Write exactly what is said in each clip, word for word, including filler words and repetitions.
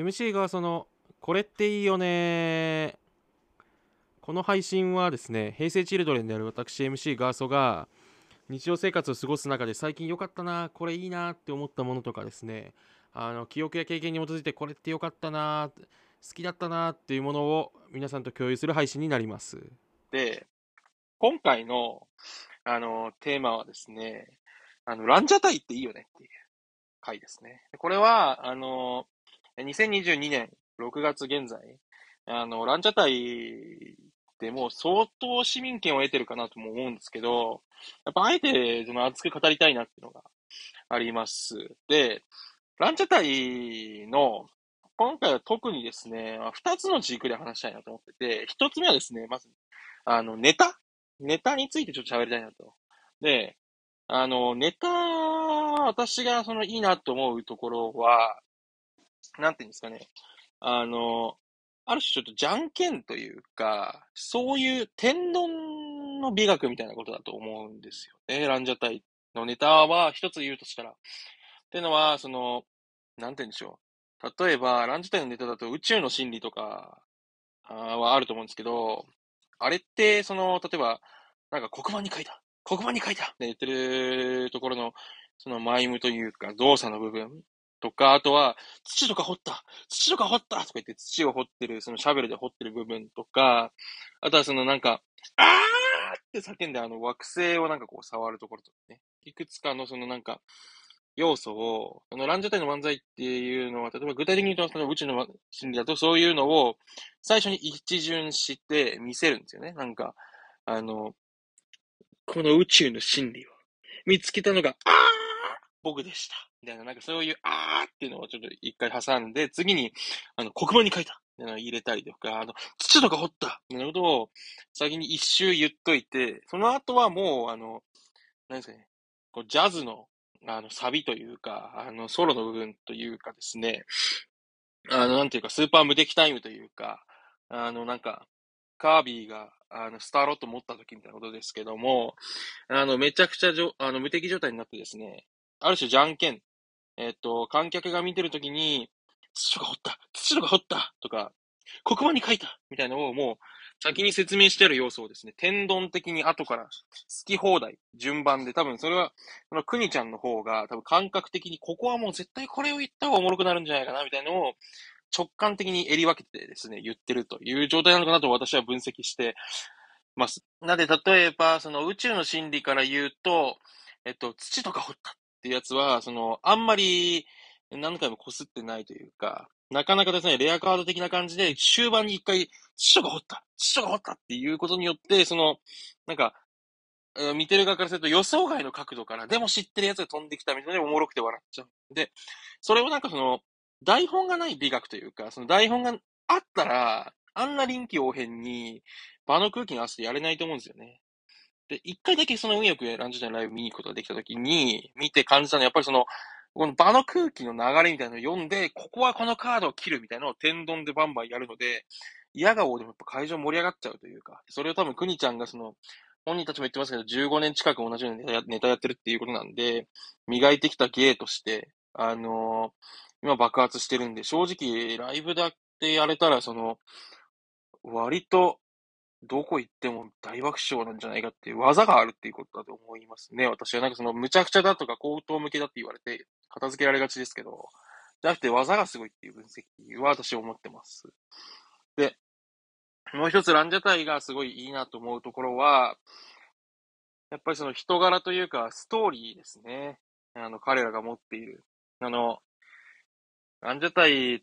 エムシー がその、これっていいよね。この配信はですね、平成チルドレンである私 エムシー ガーソが日常生活を過ごす中で最近良かったな、これいいなって思ったものとかですね、あの記憶や経験に基づいてこれって良かったな、好きだったなっていうものを皆さんと共有する配信になります。 で、今回の、あの、テーマはですね、あの、ランジャタイっていいよねっていう回ですね。これは、あの、にせんにじゅうにねんろくがつ現在、あの、ランジャタイでもう相当市民権を得てるかなとも思うんですけど、やっぱあえて、その熱く語りたいなっていうのがあります。で、ランジャタイの、今回は特にですね、まあ二つの軸で話したいなと思ってて、一つ目はですね、まず、あの、ネタネタについてちょっと喋りたいなと。で、あの、ネタ、私がそのいいなと思うところは、なんていうんですかね。あの、ある種ちょっとじゃんけんというか、そういう天丼の美学みたいなことだと思うんですよね。ランジャタイのネタは一つ言うとしたら。っていうのは、その、なんて言うんでしょう。例えば、ランジャタイのネタだと宇宙の真理とかあーはあると思うんですけど、あれって、その、例えば、なんか黒板に書いた黒板に書いたって言ってるところの、そのマイムというか動作の部分とか、あとは、土とか掘った土とか掘ったとか言って土を掘ってる、そのシャベルで掘ってる部分とか、あとはそのなんか、あーって叫んであの惑星をなんかこう触るところとかね。いくつかのそのなんか、要素を、そのランジャタイの漫才っていうのは、例えば具体的に言うと、その宇宙の心理だと、そういうのを最初に一巡して見せるんですよね。なんか、あの、この宇宙の真理を見つけたのが、あー僕でした。みたいな、なんかそういうあーっていうのをちょっと一回挟んで、次に、あの、黒板に書いた。みたいなのを入れたりとか、あの、土とか掘ったみたいなことを先に一周言っといて、その後はもう、あの、何ですかね、こうジャズの、あの、サビというか、あの、ソロの部分というかですね、あの、なんていうか、スーパー無敵タイムというか、あの、なんか、カービィが、あの、スターロット持った時みたいなことですけども、あの、めちゃくちゃじょ、あの、無敵状態になってですね、ある種じゃんけん、えっと、観客が見てるときに、土とか掘った土とか掘ったとか、黒板に書いたみたいなのをもう、先に説明してある要素をですね、天丼的に後から好き放題、順番で、多分それは、そのくにちゃんの方が、多分感覚的に、ここはもう絶対これを言った方がおもろくなるんじゃないかな、みたいなのを、直感的に襟分けてですね、言ってるという状態なのかなと私は分析してます。なので、例えば、その宇宙の真理から言うと、えっと、土とか掘ったっていうやつは、その、あんまり何回も擦ってないというか、なかなかですね、レアカード的な感じで、終盤に一回、土とか掘った土とか掘ったっていうことによって、その、なんか、うん見てる側からすると予想外の角度から、でも知ってるやつが飛んできたみたいでおもろくて笑っちゃう。で、それをなんかその、台本がない美学というか、その台本があったら、あんな臨機応変に場の空気に合わせてやれないと思うんですよね。で、一回だけその運よくランジャタイのライブ見に行くことができたときに、見て感じたのは、やっぱりその、この場の空気の流れみたいなのを読んで、ここはこのカードを切るみたいなのを天丼でバンバンやるので、嫌顔でもやっぱ会場盛り上がっちゃうというか、それを多分くにちゃんがその、本人たちも言ってますけど、じゅうごねん近く同じようなネタやネタやってるっていうことなんで、磨いてきた芸として、あのー今爆発してるんで、正直ライブだってやれたら、その、割とどこ行っても大爆笑なんじゃないかっていう技があるっていうことだと思いますね。私はなんかその無茶苦茶だとか口頭向けだって言われて片付けられがちですけど、じゃなくて技がすごいっていう分析は私は思ってます。で、もう一つランジャタイがすごいいいなと思うところは、やっぱりその人柄というかストーリーですね。あの彼らが持っている。あの、ランジャタイって、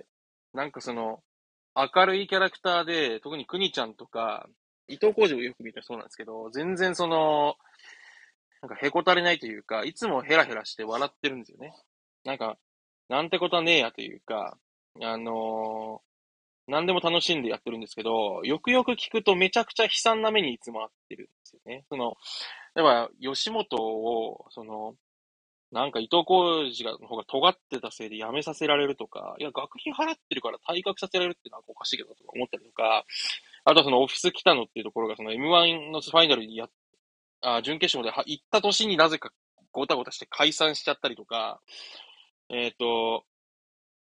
なんかその、明るいキャラクターで、特にクニちゃんとか、伊藤浩二をよく見たらそうなんですけど、全然その、なんかへこたれないというか、いつもヘラヘラして笑ってるんですよね。なんか、なんてことはねえやというか、あのー何でも楽しんでやってるんですけど、よくよく聞くとめちゃくちゃ悲惨な目にいつも遭ってるんですよね。その、例えば、吉本を、その、なんか伊藤浩二がの方が尖ってたせいで辞めさせられるとか、いや、学費払ってるから退学させられるってなんかおかしいけどとか思ったりとか、あとはそのオフィス来たのっていうところがその エムワン のファイナルにやっ、あ、準決勝までは行った年になぜかごたごたして解散しちゃったりとか、えっと、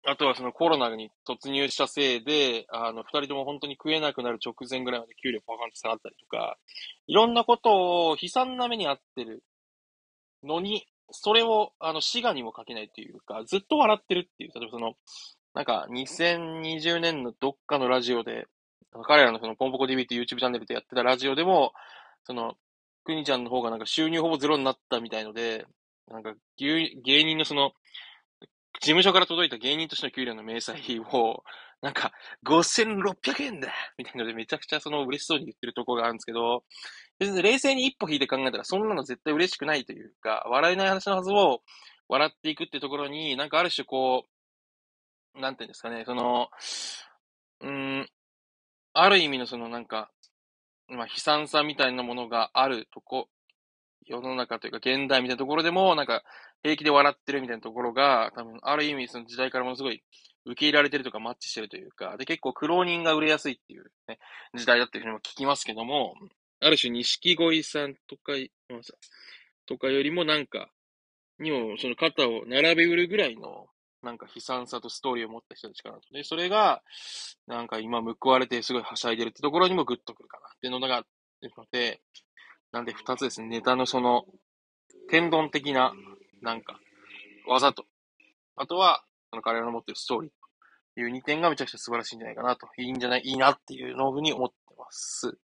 あとはそのコロナに突入したせいで、あの、二人とも本当に食えなくなる直前ぐらいまで給料パカンと下がったりとか、いろんなことを悲惨な目に遭ってるのに、それを、あの、滋賀にもかけないというか、ずっと笑ってるっていう。例えばその、なんか、にせんにじゅうねんのどっかのラジオで、彼らのその、ポンポコ ティーブイ って YouTube チャンネルでやってたラジオでも、その、くにちゃんの方がなんか収入ほぼゼロになったみたいので、なんか、芸芸人のその、事務所から届いた芸人としての給料の明細を、なんか、ごせんろっぴゃくえんだみたいなのでめちゃくちゃその嬉しそうに言ってるところがあるんですけど、別に冷静に一歩引いて考えたらそんなの絶対嬉しくないというか、笑えない話のはずを笑っていくってところに、なんかある種こう、なんていうんですかね、その、うーん、ある意味のそのなんか、まあ悲惨さみたいなものがあるとこ、世の中というか現代みたいなところでも、なんか平気で笑ってるみたいなところが、多分ある意味その時代からものすごい受け入れられてるとかマッチしてるというか、で結構苦労人が売れやすいっていうね、時代だっていうふうにも聞きますけども、ある種錦鯉さんとか、とかよりもなんか、にもその肩を並べうるぐらいの、なんか悲惨さとストーリーを持った人たちかなと。で、それが、なんか今報われてすごいはしゃいでるってところにもグッとくるかなっていうのがあるので、なんで二つですね、ネタのその、天丼的な、なんか、技と、あとは、その彼らの持ってるストーリーというにてんがめちゃくちゃ素晴らしいんじゃないかなと、いいんじゃない、いいなっていうのふうに思ってます。